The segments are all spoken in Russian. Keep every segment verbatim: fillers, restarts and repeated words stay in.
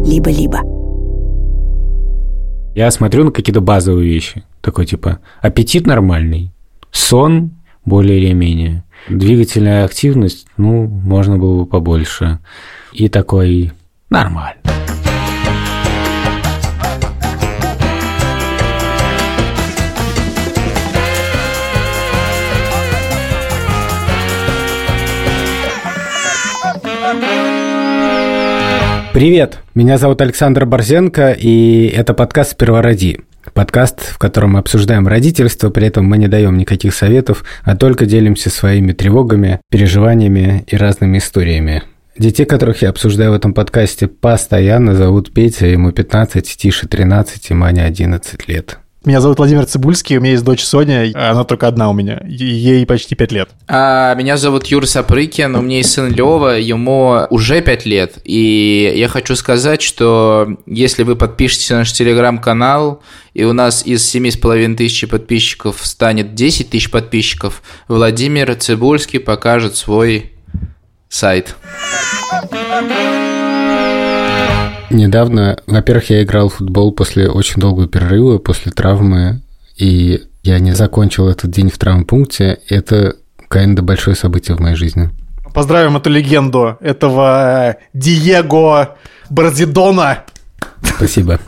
либо-либо. Я смотрю на какие-то базовые вещи. Такой типа аппетит нормальный, сон более или менее, двигательная активность, ну, можно было бы побольше. И такой нормально. Привет, меня зовут Александр Борзенко, и это подкаст «Сперва роди». Подкаст, в котором мы обсуждаем родительство, при этом мы не даем никаких советов, а только делимся своими тревогами, переживаниями и разными историями. Детей, которых я обсуждаю в этом подкасте, постоянно зовут Петя, ему пятнадцать, Тише тринадцать и Маня одиннадцать лет. Меня зовут Владимир Цибульский, у меня есть дочь Соня, она только одна у меня, ей почти пять лет. А, меня зовут Юра Сапрыкин, у меня есть сын Лёва, ему уже пять лет, и я хочу сказать, что если вы подпишетесь на наш телеграм-канал, и у нас из семь с половиной тысяч подписчиков станет десять тысяч подписчиков, Владимир Цибульский покажет свой сайт. Недавно, во-первых, я играл в футбол после очень долгого перерыва, после травмы, и я не закончил этот день в травмпункте. Это, конечно, большое событие в моей жизни. Поздравим эту легенду, этого Диего Борзидона. Спасибо.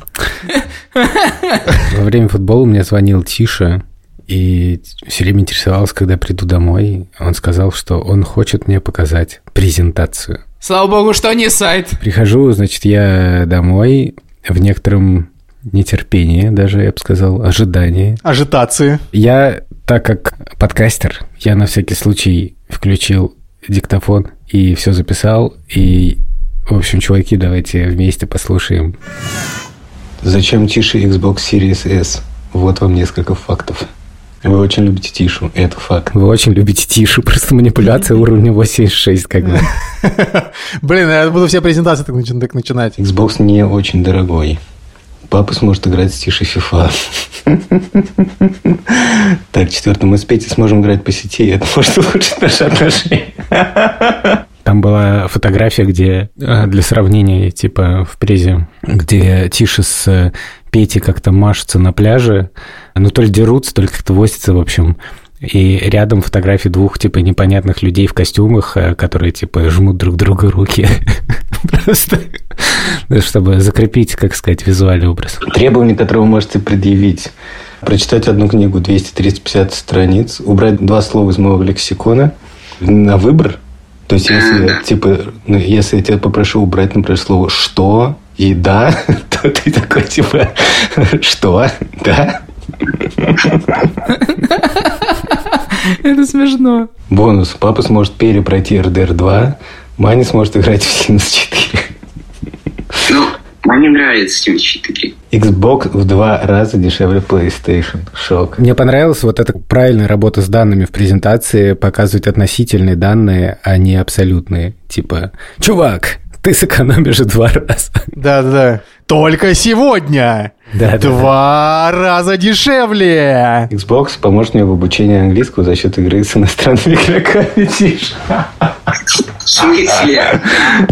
Во время футбола мне звонил Тиша и все время интересовался, когда я приду домой. Он сказал, что он хочет мне показать презентацию. Слава богу, что не сайт. Прихожу, значит, я домой в некотором нетерпении, даже, я бы сказал, ожидании. Ажитации. Я, так как подкастер, я на всякий случай включил диктофон и все записал. И, в общем, чуваки, давайте вместе послушаем. Зачем Тише Xbox Series S? Вот вам несколько фактов. Вы очень любите Тишу, это факт. Вы очень любите Тишу, просто манипуляция уровня восемьдесят шесть, как бы. Блин, я буду все презентации так начинать. Xbox не очень дорогой. Папа сможет играть с Тишей FIFA. Так, четвертое, мы с Петей сможем играть по сети, это может улучшить наши отношения. Там была фотография, где, для сравнения, типа в презе, где Тиша с Петей как-то машутся на пляже, ну, то ли дерутся, то ли как-то возятся, в общем. И рядом фотографии двух, типа, непонятных людей в костюмах, которые, типа, жмут друг другу руки. Просто, чтобы закрепить, как сказать, визуальный образ. Требования, которые вы можете предъявить. Прочитать одну книгу двести триста пятьдесят страниц, убрать два слова из моего лексикона на выбор. То есть, если, типа, ну, если я тебя попрошу убрать, например, слово «что» и «да», то ты такой, типа, «что? Да?» Это смешно. Бонус. Папа сможет перепройти эр дэ эр два, Маня сможет играть в Симс четыре. Ну, мне нравится Симс четыре. Xbox в два раза дешевле PlayStation. Шок. Мне понравилась вот эта правильная работа с данными в презентации, показывать относительные данные, а не абсолютные. Типа, чувак, ты сэкономишь два раза. Да-да-да. Только сегодня. Да, Два да, раза дешевле. Xbox поможет мне в обучении английского за счет игры с иностранными игроками. Тише. В смысле?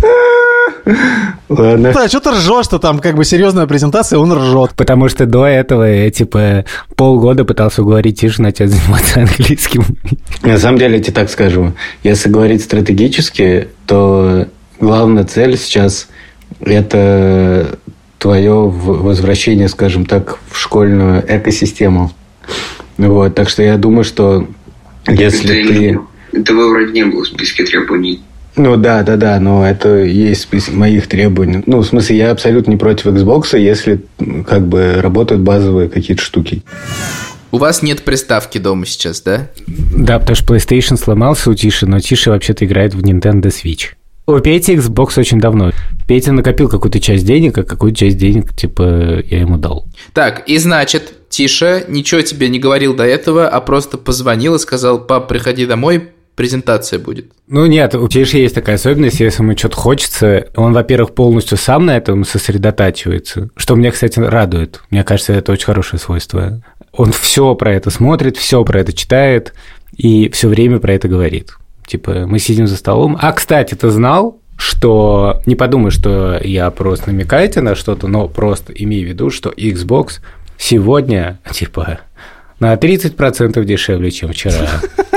Ладно. Да, что ты ржешь-то там, как бы серьезная презентация, он ржет. Потому что до этого я, типа, полгода пытался уговорить Тишу начать заниматься английским. На самом деле, я тебе так скажу. Если говорить стратегически, то главная цель сейчас – это твое возвращение, скажем так, в школьную экосистему. Вот, так что я думаю, что если это ты... Этого вроде не было в списке требований. Ну да, да, да, но это есть список моих требований. Ну, в смысле, я абсолютно не против Xbox, если как бы работают базовые какие-то штуки. У вас нет приставки дома сейчас, да? Да, потому что PlayStation сломался у Тиши, но Тиша вообще-то играет в Nintendo Switch. У Пети Xbox очень давно. Петя накопил какую-то часть денег, а какую-то часть денег, типа, я ему дал. Так, и значит, Тиша ничего тебе не говорил до этого, а просто позвонил и сказал: пап, приходи домой, презентация будет. Ну нет, у Тиши есть такая особенность, если ему что-то хочется, он, во-первых, полностью сам на этом сосредотачивается, что меня, кстати, радует. Мне кажется, это очень хорошее свойство. Он все про это смотрит, все про это читает и все время про это говорит. Типа, мы сидим за столом. А, кстати, ты знал? что не подумай, что я просто намекаете на что-то, но просто имей в виду, что Xbox сегодня, типа, на тридцать процентов дешевле, чем вчера.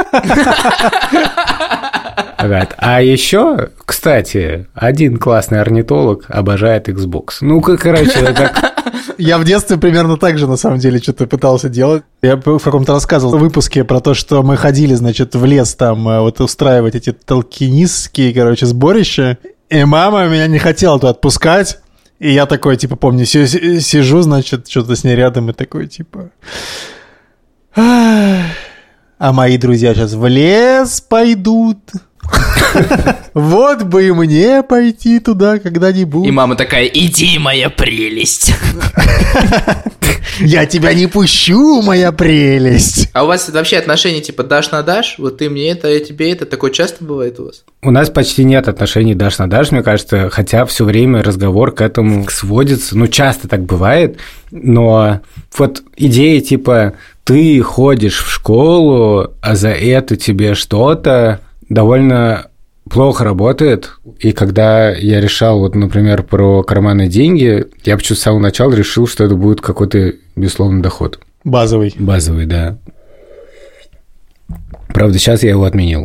А еще, кстати, один классный орнитолог обожает Xbox. Ну-ка, короче, так... Я в детстве примерно так же, на самом деле, что-то пытался делать. Я в каком-то рассказывал в выпуске про то, что мы ходили, значит, в лес там вот устраивать эти толкинистские, короче, сборища. И мама меня не хотела туда отпускать. И я такой, типа, помню, сижу, значит, что-то с ней рядом и такой, типа... А мои друзья сейчас в лес пойдут. Вот бы и мне пойти туда когда-нибудь. И мама такая: иди, моя прелесть. Я тебя не пущу, моя прелесть. А у вас вообще отношения типа дашь на дашь? Вот ты мне это, я тебе это. Такое часто бывает у вас? У нас почти нет отношений дашь на дашь, мне кажется, хотя все время разговор к этому сводится. Ну, часто так бывает, но вот идея типа ты ходишь в школу, а за это тебе что-то довольно плохо работает. И когда я решал, вот, например, про карманные деньги, я почему-то с самого начала решил, что это будет какой-то безусловный доход. Базовый. Базовый, да. Правда, сейчас я его отменил.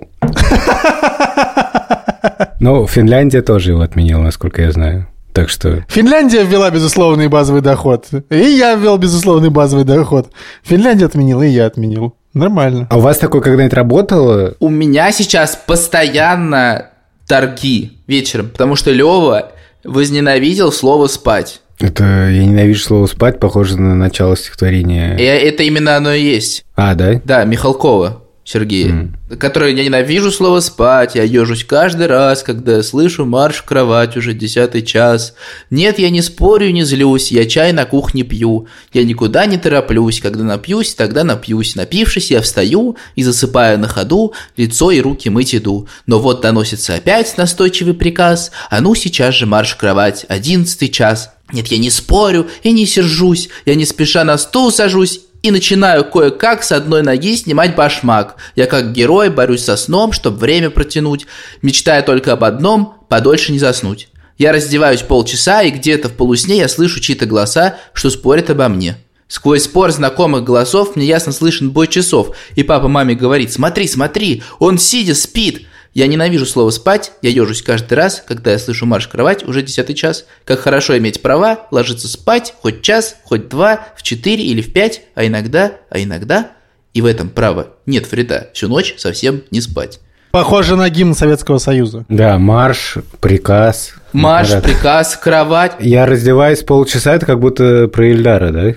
Но Финляндия тоже его отменила, насколько я знаю. Так что... Финляндия ввела безусловный базовый доход. И я ввел безусловный базовый доход. Финляндия отменила, и я отменил. Нормально. А у вас такое когда-нибудь работало? У меня сейчас постоянно торги вечером, потому что Лёва возненавидел слово «спать». Это я ненавижу слово «спать», похоже на начало стихотворения. И это именно оно и есть. А, да? Да, Михалкова Сергея, mm. который я ненавижу слово «спать», я ежусь каждый раз, когда слышу марш в кровать уже десятый час. Нет, я не спорю, не злюсь, я чай на кухне пью, я никуда не тороплюсь, когда напьюсь, тогда напьюсь. Напившись, я встаю и засыпаю на ходу, лицо и руки мыть иду. Но вот доносится опять настойчивый приказ: а ну сейчас же марш в кровать, одиннадцатый час. Нет, я не спорю и не сержусь, я не спеша на стул сажусь и начинаю кое-как с одной ноги снимать башмак. Я как герой борюсь со сном, чтобы время протянуть, мечтая только об одном – подольше не заснуть. Я раздеваюсь полчаса, и где-то в полусне я слышу чьи-то голоса, что спорят обо мне. Сквозь спор знакомых голосов мне ясно слышен бой часов, и папа маме говорит: смотри, смотри, он сидя спит. Я ненавижу слово «спать», я ежусь каждый раз, когда я слышу марш в кровать уже десятый час. Как хорошо иметь права, ложиться спать хоть час, хоть два, в четыре или в пять, а иногда, а иногда, и в этом права нет вреда, всю ночь совсем не спать. Похоже на гимн Советского Союза. Да, марш, приказ. Марш, приказ, кровать. Я раздеваюсь полчаса, это как будто про Ильдара, да?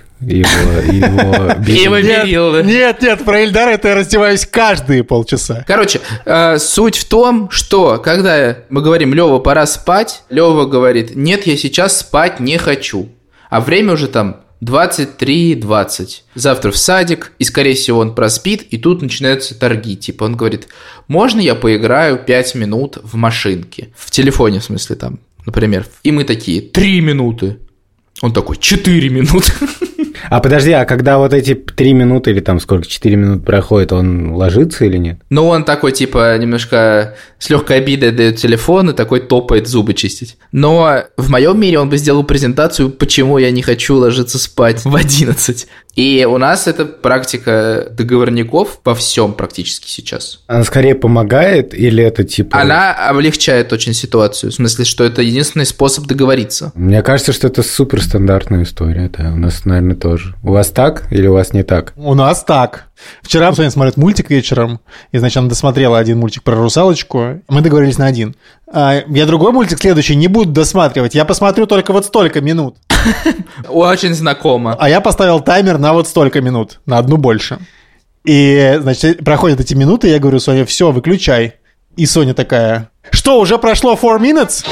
Его берил. Нет, нет, про Ильдара это я раздеваюсь каждые полчаса. Короче, э, суть в том, что когда мы говорим: Лёва, пора спать, Лёва говорит: нет, я сейчас спать не хочу. А время уже там двадцать три двадцать. Завтра в садик, и, скорее всего, он проспит, и тут начинаются торги. Типа он говорит: можно я поиграю пять минут в машинке? В телефоне, в смысле, там, например. И мы такие: три минуты. Он такой: четыре минуты. А подожди, а когда вот эти три минуты или там сколько, четыре минуты проходит, он ложится или нет? Ну, он такой, типа, немножко с легкой обидой дает телефон и такой топает зубы чистить. Но в моем мире он бы сделал презентацию, почему я не хочу ложиться спать в одиннадцать. И у нас это практика договорников во всем практически сейчас. Она скорее помогает или это типа... Она облегчает очень ситуацию, в смысле, что это единственный способ договориться. Мне кажется, что это суперстандартная история, да, у нас, наверное, тоже. У вас так или у вас не так? У нас так. Вчера Соня смотрит мультик вечером, и, значит, она досмотрела один мультик про русалочку, мы договорились на один. А я другой мультик следующий не буду досматривать, я посмотрю только вот столько минут. Очень знакомо. А я поставил таймер на вот столько минут, на одну больше. И, значит, проходят эти минуты, я говорю: Соня, все, выключай. И Соня такая: что, уже прошло four minutes?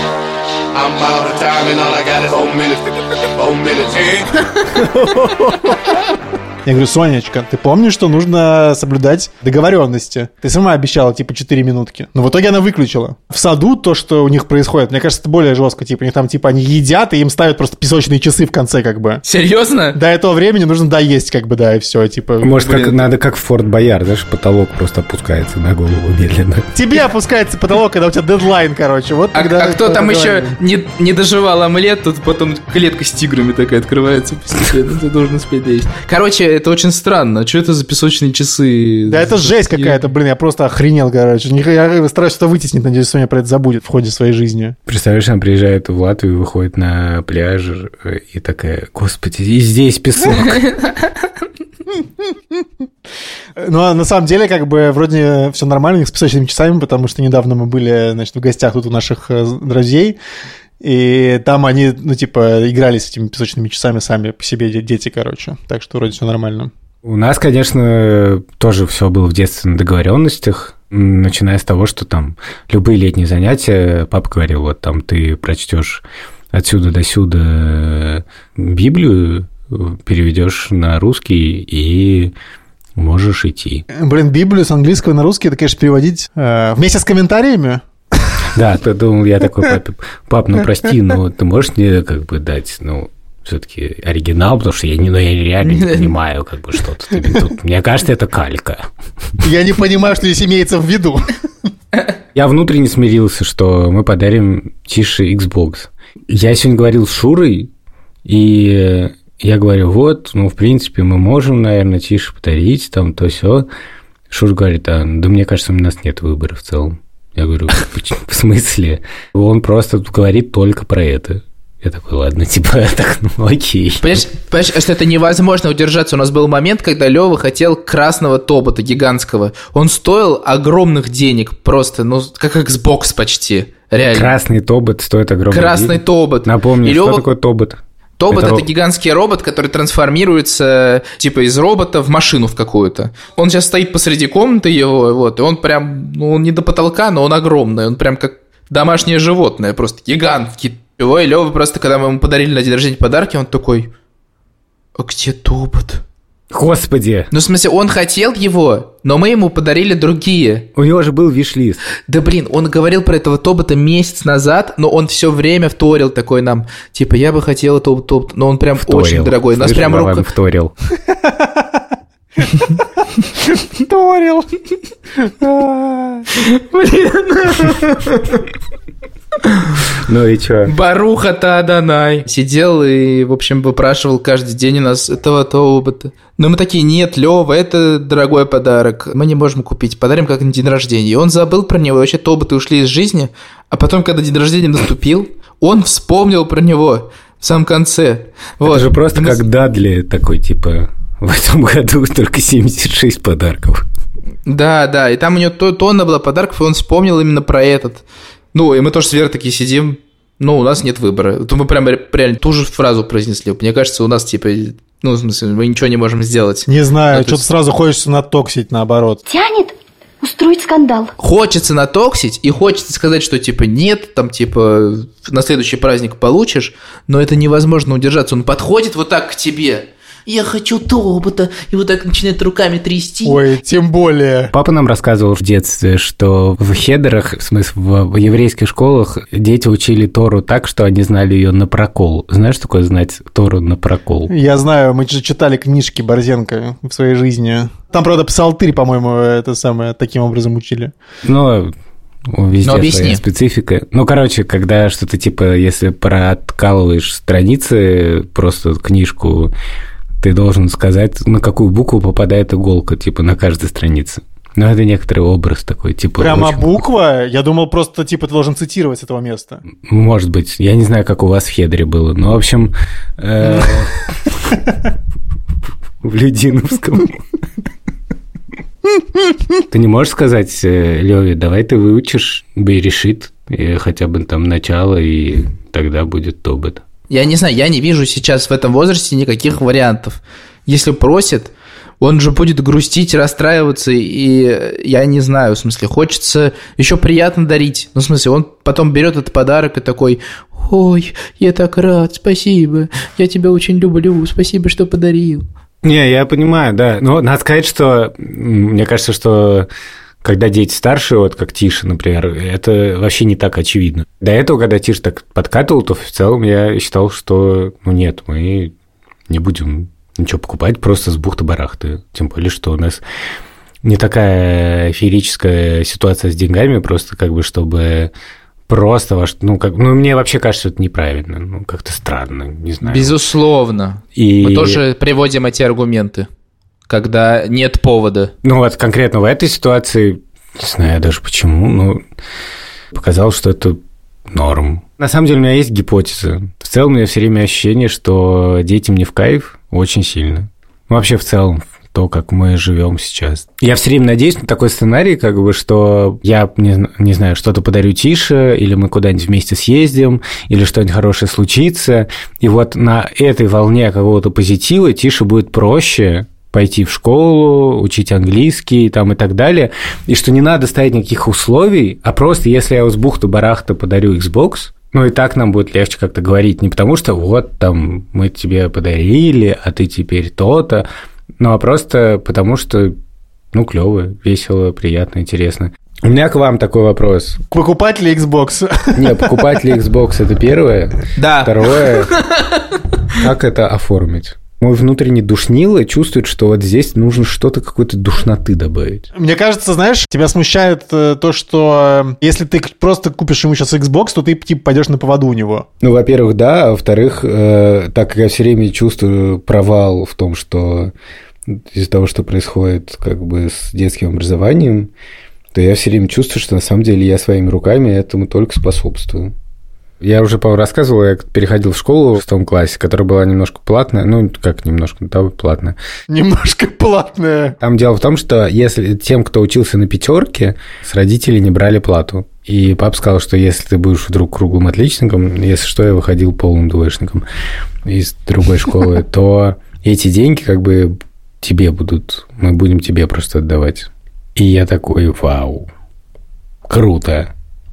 Я говорю, Сонечка, ты помнишь, что нужно соблюдать договоренности? Ты сама обещала, типа, четыре минутки. Но в итоге она выключила. В саду то, что у них происходит, мне кажется, это более жестко. Типа, у них там, типа, они едят, и им ставят просто песочные часы в конце, как бы. Серьезно? До этого времени нужно доесть, как бы, да, и все, типа. Может, блин, как, надо как в Форт Боярд, знаешь, потолок просто опускается на голову медленно. Тебе опускается потолок, когда у тебя дедлайн, короче. Вот А, тогда а кто там еще не, не доживал омлет, тут потом клетка с тиграми такая открывается постепенно, ты должен успеть доесть. Короче, это очень странно. Что это за песочные часы? Да это жесть какая-то, блин, я просто охренел, короче. Я стараюсь что-то вытеснить, надеюсь, Соня про это забудет в ходе своей жизни. Представляешь, она приезжает в Латвию, выходит на пляж и такая, господи, и здесь песок. Ну, а на самом деле, как бы, вроде все нормально у них с песочными часами, потому что недавно мы были, значит, в гостях тут у наших друзей, и там они, ну, типа, играли с этими песочными часами сами по себе, дети, короче. Так что вроде все нормально. У нас, конечно, тоже все было в детстве на договоренностях, начиная с того, что там любые летние занятия, папа говорил, вот там ты прочтешь отсюда до сюда Библию, переведешь на русский и можешь идти. Блин, Библию с английского на русский, это, конечно, переводить э, вместе с комментариями. Да, ты думал, я такой, пап, пап, ну прости, но ты можешь мне как бы дать, ну, все-таки оригинал, потому что я, не, ну, я реально не понимаю, как бы, что тут, тут. Мне кажется, это калька. Я не понимаю, что здесь имеется в виду. Я внутренне смирился, что мы подарим Тише Xbox. Я сегодня говорил с Шурой, и я говорю, вот, ну, в принципе, мы можем, наверное, Тише подарить, там, то все. Шура говорит, а, да мне кажется, у нас нет выбора в целом. Я говорю, в смысле? Он просто говорит только про это. Я такой, ладно, типа, так, ну окей. Понимаешь, понимаешь, что это невозможно удержаться. У нас был момент, когда Лёва хотел красного тобота гигантского. Он стоил огромных денег, просто, ну, как Xbox почти, реально. Красный тобот стоит огромных Красный денег. тобот. Напомню, И что Лёва... такое тобот? Тобот — это, это это гигантский робот, который трансформируется типа из робота в машину в какую-то. Он сейчас стоит посреди комнаты его, вот, и он прям, ну, он не до потолка, но он огромный, он прям как домашнее животное, просто гигантский. Ой, Лёва просто, когда мы ему подарили на день рождения подарки, он такой, а где тобот? Господи! Ну, в смысле, он хотел его, но мы ему подарили другие. У него же был виш-лист. Да блин, он говорил про этого тобота месяц назад, но он все время вторил такой нам, типа, я бы хотел этого тобота, но он прям вторил. Очень дорогой. У нас прям рука... Вторил. Вторил. Ну и чё? Баруха Тааданай. Сидел и, в общем, выпрашивал каждый день у нас этого тобота. Но мы такие, нет, Лёва, это дорогой подарок. Мы не можем купить. Подарим как на день рождения. И он забыл про него. И вообще тоботы ушли из жизни. А потом, когда день рождения наступил, он вспомнил про него в самом конце. Вот. Это же просто мы... как Дадли такой, типа, в этом году только семьдесят шесть подарков. Да, да. И там у него тонна была подарков, и он вспомнил именно про этот. Ну, и мы тоже с Верой такие сидим, ну, у нас нет выбора. То мы прям реально ту же фразу произнесли. Мне кажется, у нас, типа, ну, в смысле, мы ничего не можем сделать. Не знаю, ну, что-то есть... сразу хочется натоксить, наоборот. Тянет устроить скандал. Хочется натоксить, и хочется сказать, что, типа, нет, там, типа, на следующий праздник получишь, но это невозможно удержаться. Он подходит вот так к тебе. Я хочу тобота, и вот так начинает руками трясти. Ой, тем более. Папа нам рассказывал в детстве, что в хедерах, в смысле, в еврейских школах дети учили Тору так, что они знали ее на прокол. Знаешь, что такое знать Тору на прокол? Я знаю, мы же читали книжки Борзенко в своей жизни. Там, правда, псалтырь, по-моему, это самое, таким образом учили. Ну... Везде ну, своя специфика. Ну, короче, когда что-то типа, если прооткалываешь страницы, просто книжку, ты должен сказать, на какую букву попадает иголка, типа, на каждой странице. Ну, это некоторый образ такой, типа... Прямо очень... буква? Я думал, просто, типа, ты должен цитировать с этого места. Может быть. Я не знаю, как у вас в хедере было, но, в общем... В Людиновском. Ты не можешь сказать Лёве, давай ты выучишь Берешит, хотя бы там начало, и тогда будет тобот. Я не знаю, я не вижу сейчас в этом возрасте никаких вариантов. Если просит, он же будет грустить, расстраиваться, и я не знаю, в смысле, хочется еще приятно дарить. Ну, в смысле, он потом берет этот подарок и такой, ой, я так рад, спасибо, я тебя очень люблю, спасибо, что подарил. Не, я понимаю, да. Но надо сказать, что мне кажется, что когда дети старше, вот как Тиша, например, это вообще не так очевидно. До этого, когда Тиша так подкатывал, то в целом я считал, что ну нет, мы не будем ничего покупать просто с бухты-барахты. Тем более, что у нас не такая феерическая ситуация с деньгами, просто как бы чтобы... Просто ваш, ну, как, ну, мне вообще кажется, это неправильно, ну, как-то странно, не знаю. Безусловно. И... Мы тоже приводим эти аргументы, когда нет повода. Ну, вот конкретно в этой ситуации, не знаю даже почему, но показалось, что это норм. На самом деле у меня есть гипотеза. В целом у меня все время ощущение, что детям не в кайф очень сильно. Ну, вообще в целом. То, как мы живем сейчас. Я все время надеюсь на такой сценарий, как бы, что я, не, не знаю, что-то подарю Тише, или мы куда-нибудь вместе съездим, или что-нибудь хорошее случится, и вот на этой волне какого-то позитива Тише будет проще пойти в школу, учить английский там, и так далее, и что не надо ставить никаких условий, а просто если я с бухты-барахта подарю Xbox, ну и так нам будет легче как-то говорить, не потому что вот там мы тебе подарили, а ты теперь то-то, ну, а просто потому что, ну, клево, весело, приятно, интересно. У меня к вам такой вопрос. Покупать ли Xbox? Не, покупать ли Xbox – это первое. Да. Второе, как это оформить? Мой внутренний душнило чувствует, что вот здесь нужно что-то, какой-то душноты добавить. Мне кажется, знаешь, тебя смущает э, то, что э, если ты просто купишь ему сейчас Xbox, то ты типа пойдешь на поводу у него. Ну, во-первых, да, а во-вторых, э, так как я все время чувствую провал в том, что из-за того, что происходит как бы с детским образованием, то я все время чувствую, что на самом деле я своими руками этому только способствую. Я уже, по-моему, рассказывал, я переходил в школу в шестом классе, которая была немножко платная, ну, как немножко, да, платная. Немножко платная. Там дело в том, что если тем, кто учился на пятерке, с родителей не брали плату. И папа сказал, что если ты будешь вдруг круглым отличником, если что, я выходил полным двоечником из другой школы, то эти деньги как бы тебе будут, мы будем тебе просто отдавать. И я такой, вау, круто.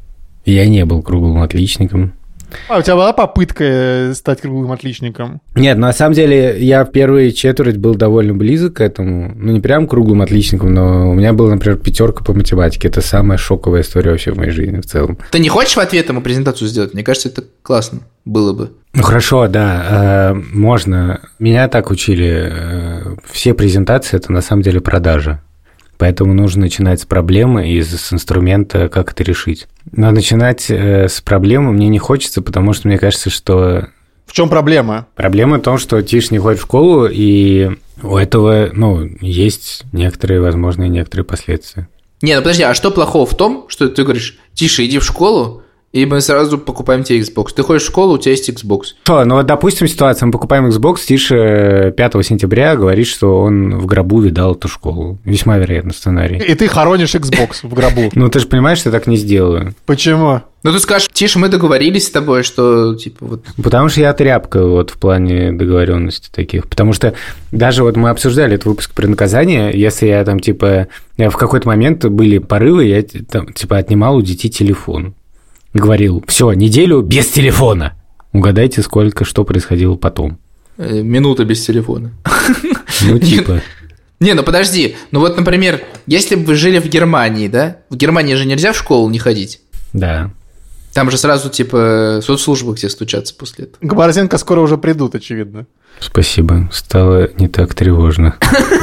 Я не был круглым отличником. А у тебя была попытка стать круглым отличником? Нет, на самом деле я в первые четверть был довольно близок к этому. Ну, не прям круглым отличником, но у меня была, например, пятерка по математике. Это самая шоковая история вообще в моей жизни в целом. Ты не хочешь в ответ ему презентацию сделать? Мне кажется, это классно было бы. Ну, хорошо, да, э, можно. Меня так учили. Э, все презентации – это на самом деле продажа. Поэтому нужно начинать с проблемы и с инструмента, как это решить. Но начинать с проблемы мне не хочется, потому что мне кажется, что... В чем проблема? Проблема в том, что Тиш не ходит в школу, и у этого, ну, есть некоторые, возможные некоторые последствия. Не, ну подожди, а что плохого в том, что ты говоришь, Тиша, иди в школу, и мы сразу покупаем тебе Xbox. Ты ходишь в школу, у тебя есть Xbox. Что, ну вот, допустим, ситуация, мы покупаем Xbox, Тиша пятого сентября говорит, что он в гробу видал эту школу. Весьма вероятный сценарий. И ты хоронишь Xbox в гробу. Ну, ты же понимаешь, что я так не сделаю. Почему? Ну, ты скажешь, Тиша, мы договорились с тобой, что, типа, вот... Потому что я тряпка вот в плане договоренности таких. Потому что даже вот мы обсуждали этот выпуск про наказание, если я там, типа, я в какой-то момент были порывы, я там, типа, отнимал у детей телефон. Говорил, все, неделю без телефона. Угадайте, сколько, что происходило потом. Минута без телефона. Ну, типа... Не, ну подожди. Ну вот, например, если бы вы жили в Германии, да? В Германии же нельзя в школу не ходить. Да. Там же сразу, типа, соцслужбы к тебе стучатся после этого. К Борзенко скоро уже придут, очевидно. Спасибо. Стало не так тревожно.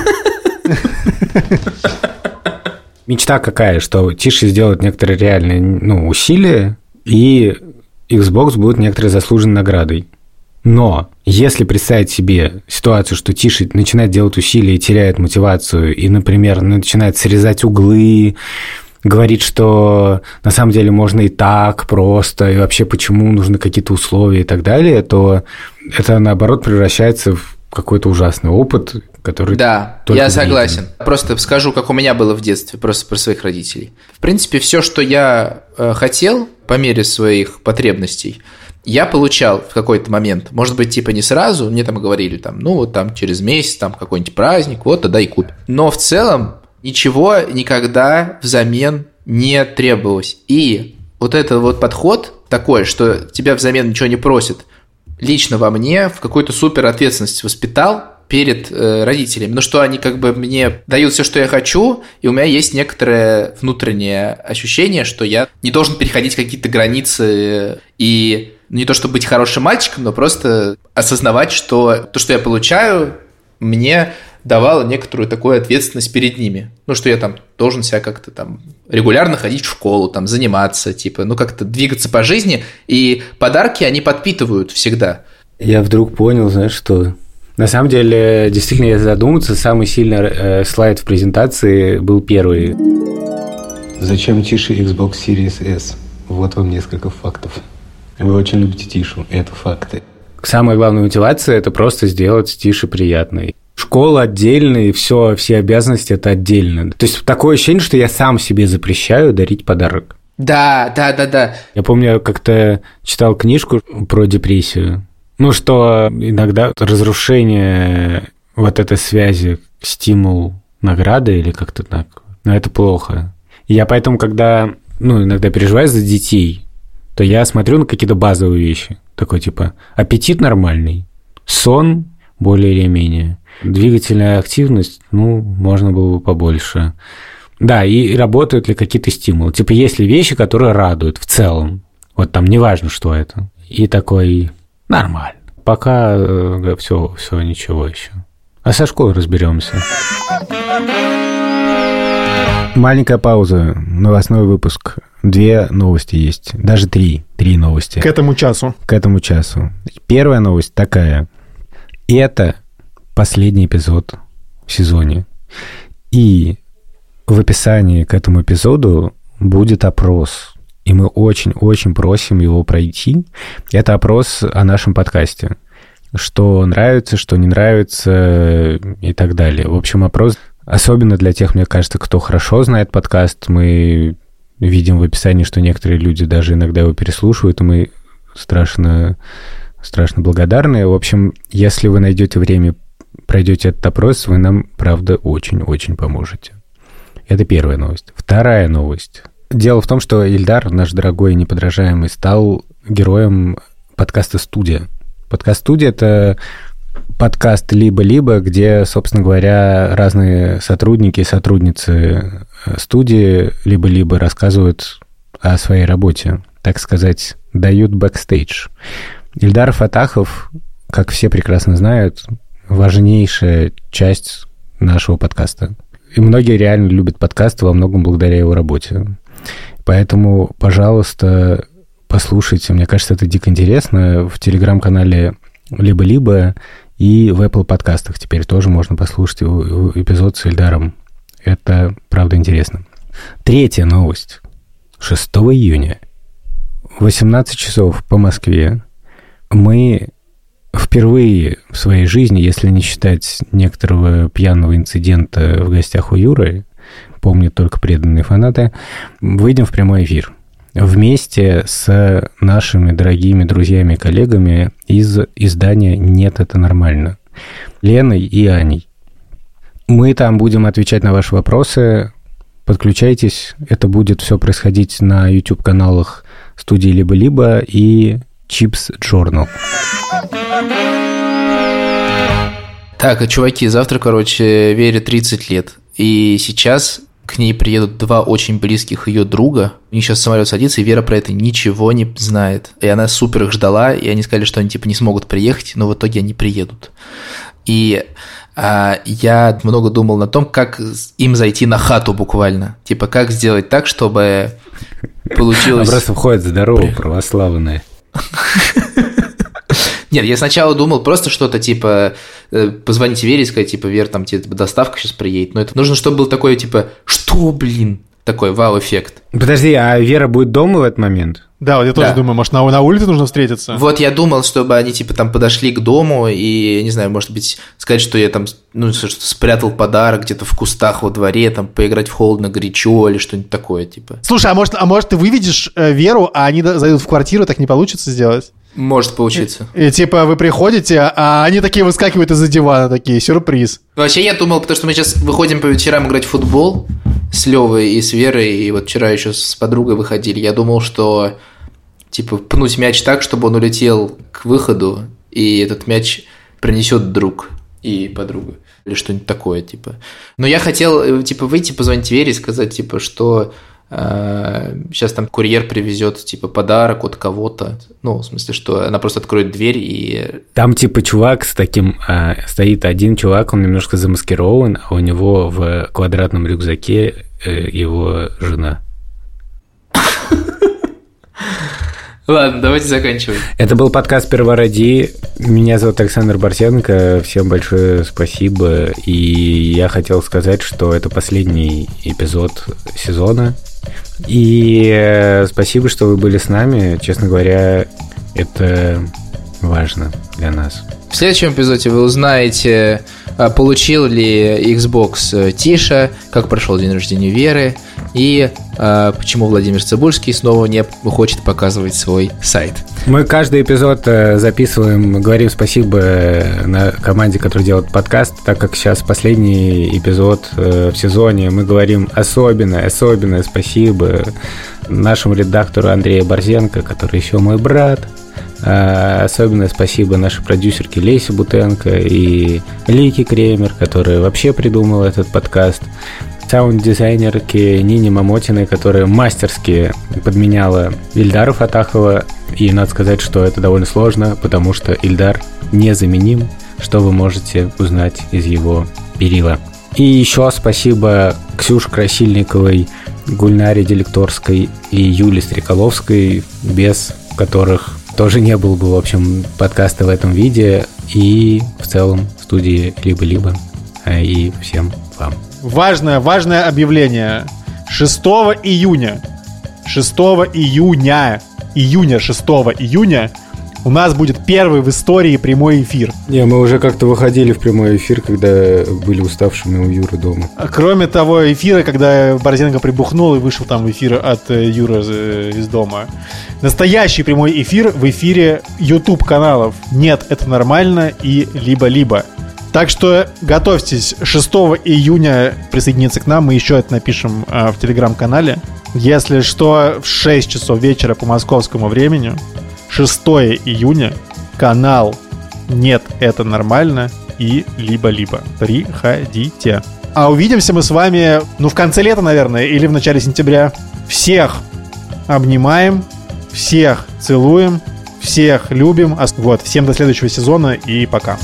Мечта какая, что Тише сделает некоторые реальные, ну, усилия, и Xbox будет некоторой заслуженной наградой. Но если представить себе ситуацию, что Тише начинает делать усилия и теряет мотивацию, и, например, начинает срезать углы, говорит, что на самом деле можно и так просто, и вообще почему нужны какие-то условия и так далее, то это, наоборот, превращается в какой-то ужасный опыт, который... Да, я согласен. Просто скажу, как у меня было в детстве, просто про своих родителей. В принципе, все, что я э, хотел по мере своих потребностей, я получал в какой-то момент. Может быть, типа не сразу, мне там говорили, там, ну, вот там через месяц, там какой-нибудь праздник, вот тогда и купи. Но в целом ничего никогда взамен не требовалось. И вот этот вот подход такой, что тебя взамен ничего не просят, лично во мне в какой-то супер ответственности воспитал перед э, родителями. Ну, что они как бы мне дают все, что я хочу, и у меня есть некоторое внутреннее ощущение, что я не должен переходить какие-то границы и не то чтобы быть хорошим мальчиком, но просто осознавать, что то, что я получаю, мне давало некоторую такую ответственность перед ними. Ну, что я там должен себя как-то там регулярно ходить в школу, там, заниматься, типа, ну, как-то двигаться по жизни, и подарки, они подпитывают всегда. Я вдруг понял, знаешь, что... На самом деле, действительно, если задуматься, самый сильный э, слайд в презентации был первый. Зачем Тише Xbox Series S? Вот вам несколько фактов. Вы очень любите Тишу, это факты. Самая главная мотивация – это просто сделать Тише приятной. Школа отдельная, и все, все обязанности – это отдельно. То есть, такое ощущение, что я сам себе запрещаю дарить подарок. Да, да, да, да. Я помню, как-то читал книжку про депрессию. Ну, что иногда разрушение вот этой связи, стимул награды или как-то так, но это плохо. И я поэтому, когда, ну, иногда переживаю за детей, то я смотрю на какие-то базовые вещи. Такой, типа, аппетит нормальный, сон более или менее, двигательная активность, ну, можно было бы побольше. Да, и работают ли какие-то стимулы. Типа, есть ли вещи, которые радуют в целом. Вот там неважно, что это. И такой... Нормально. Пока э, все, все ничего еще. А со школой разберемся. Маленькая пауза. Новостной выпуск. Две новости есть. Даже три. Три новости. К этому часу. К этому часу. Первая новость такая. Это последний эпизод в сезоне. И в описании к этому эпизоду будет опрос. И мы очень-очень просим его пройти. Это опрос о нашем подкасте. Что нравится, что не нравится и так далее. В общем, опрос особенно для тех, мне кажется, кто хорошо знает подкаст. Мы видим в описании, что некоторые люди даже иногда его переслушивают, и мы страшно, страшно благодарны. В общем, если вы найдете время, пройдете этот опрос, вы нам, правда, очень-очень поможете. Это первая новость. Вторая новость. Дело в том, что Ильдар, наш дорогой и неподражаемый, стал героем подкаста «Студия». Подкаст «Студия» — это подкаст «Либо-либо», где, собственно говоря, разные сотрудники и сотрудницы студии «Либо-либо» рассказывают о своей работе, так сказать, дают бэкстейдж. Ильдар Фатахов, как все прекрасно знают, важнейшая часть нашего подкаста. И многие реально любят подкаст во многом благодаря его работе. Поэтому, пожалуйста, послушайте. Мне кажется, это дико интересно. В телеграм-канале «Либо-либо» и в Apple подкастах теперь тоже можно послушать эпизод с Ильдаром. Это, правда, интересно. Третья новость. шестого июня, восемнадцать часов по Москве, мы впервые в своей жизни, если не считать некоторого пьяного инцидента в гостях у Юры, помнят только преданные фанаты, выйдем в прямой эфир вместе с нашими дорогими друзьями и коллегами из издания «Нет, это нормально», Леной и Аней. Мы там будем отвечать на ваши вопросы. Подключайтесь. Это будет все происходить на YouTube-каналах студии «Либо-либо» и Chips Journal. Так, чуваки, завтра, короче, Вере тридцать лет. И сейчас к ней приедут два очень близких ее друга. У них сейчас самолет садится, и Вера про это ничего не знает. И она супер их ждала, и они сказали, что они типа не смогут приехать, но в итоге они приедут. И а, я много думал на том, как им зайти на хату буквально. Типа, как сделать так, чтобы получилось... А просто входит здорово, православные. Нет, я сначала думал просто что-то типа позвонить Вере и сказать, типа, Вер, там тебе доставка сейчас приедет. Но это нужно, чтобы был такой, типа, что, блин? Такой вау-эффект. Подожди, а Вера будет дома в этот момент? Да, вот я тоже да. думаю, может, на, на улице нужно встретиться? Вот я думал, чтобы они, типа, там подошли к дому и, не знаю, может быть, сказать, что я там, ну, что спрятал подарок где-то в кустах во дворе, там, поиграть в холодно-горячо или что-нибудь такое, типа. Слушай, а может, а может ты выведешь э, Веру, а они зайдут в квартиру, так не получится сделать? Может получиться. И, и типа вы приходите, а они такие выскакивают из-за дивана, такие, сюрприз. Вообще я думал, потому что мы сейчас выходим по вечерам играть в футбол с Левой и с Верой, и вот вчера еще с подругой выходили. Я думал, что типа пнуть мяч так, чтобы он улетел к выходу, и этот мяч принесет друг. и подруга. Или что-нибудь такое, типа. Но я хотел, типа, выйти, позвонить Вере и сказать, типа, что э, сейчас там курьер привезет, типа, подарок от кого-то. Ну, в смысле, что она просто откроет дверь и... Там, типа, чувак с таким... Э, стоит один чувак, он немножко замаскирован, а у него в квадратном рюкзаке э, его жена. Ладно, давайте заканчивать. Это был подкаст «Первороди». Меня зовут Александр Борзенко. Всем большое спасибо. И я хотел сказать, что это последний эпизод сезона. И спасибо, что вы были с нами. Честно говоря, это важно для нас. В следующем эпизоде вы узнаете, получил ли Xbox Тиша, как прошел день рождения Веры и а, почему Владимир Цибульский снова не хочет показывать свой сайт. Мы каждый эпизод записываем, говорим спасибо на команде, которая делает подкаст, так как сейчас последний эпизод в сезоне. Мы говорим особенно, особенно спасибо нашему редактору Андрею Борзенко, который еще мой брат. Особенно спасибо нашей продюсерке Лесе Бутенко и Лике Кремер, которая вообще придумала этот подкаст. Саунд-дизайнерке Нине Мамотиной, которая мастерски подменяла Ильдара Фатахова. И надо сказать, что это довольно сложно, потому что Ильдар незаменим, что вы можете узнать из его перила. И еще спасибо Ксюше Красильниковой, Гульнаре Делекторской и Юле Стреколовской, без которых тоже не было бы, в общем, подкаста в этом виде. И в целом студии «Либо-либо». И всем вам. Важное, важное объявление. шестого июня, шестого июня, июня, шестого июня у нас будет первый в истории прямой эфир. Не, мы уже как-то выходили в прямой эфир, когда были уставшими у Юры дома. Кроме того эфира, когда Борзенко прибухнул и вышел там в эфир от Юры из дома. Настоящий прямой эфир в эфире YouTube-каналов «Нет, это нормально» и «Либо-либо». Так что готовьтесь, шестого июня присоединиться к нам, мы еще это напишем э, в телеграм-канале. Если что, в шесть часов вечера по московскому времени, шестого июня, канал «Нет, это нормально» и «Либо-либо». Приходите. А увидимся мы с вами, ну, в конце лета, наверное, или в начале сентября. Всех обнимаем, всех целуем, всех любим. Вот, всем до следующего сезона и пока.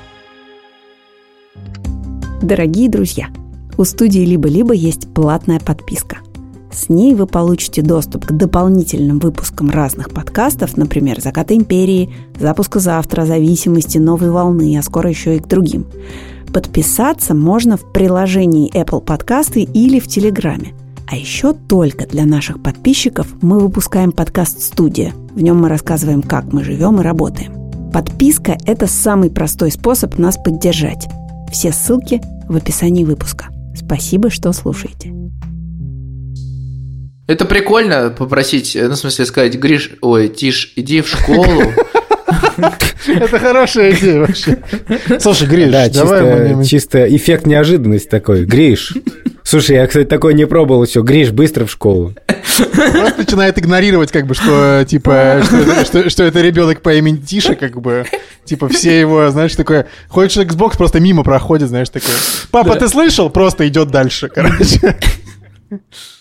Дорогие друзья, у студии «Либо-либо» есть платная подписка. С ней вы получите доступ к дополнительным выпускам разных подкастов, например, «Заката империи», «Запуска завтра», «Зависимости», «Новой волны», а скоро еще и к другим. Подписаться можно в приложении Apple Подкасты или в Телеграме. А еще только для наших подписчиков мы выпускаем подкаст «Студия». В нем мы рассказываем, как мы живем и работаем. Подписка – это самый простой способ нас поддержать. Все ссылки в описании выпуска. Спасибо, что слушаете. Это прикольно попросить, ну, в смысле, сказать: Гриш, ой, Тиш, иди в школу. Это хорошая идея вообще. Слушай, Гриш, да, давай чисто, мы... чисто эффект неожиданности такой. Гриш. Слушай, я, кстати, такое не пробовал еще. Гриш, быстро в школу. Просто начинает игнорировать, как бы, что, типа, что это, что, что это ребенок по имени Тиша, как бы. Типа, все его, знаешь, такое... Хочешь, Xbox просто мимо проходит, знаешь, такое. Папа, да. Ты слышал? Просто идет дальше, короче.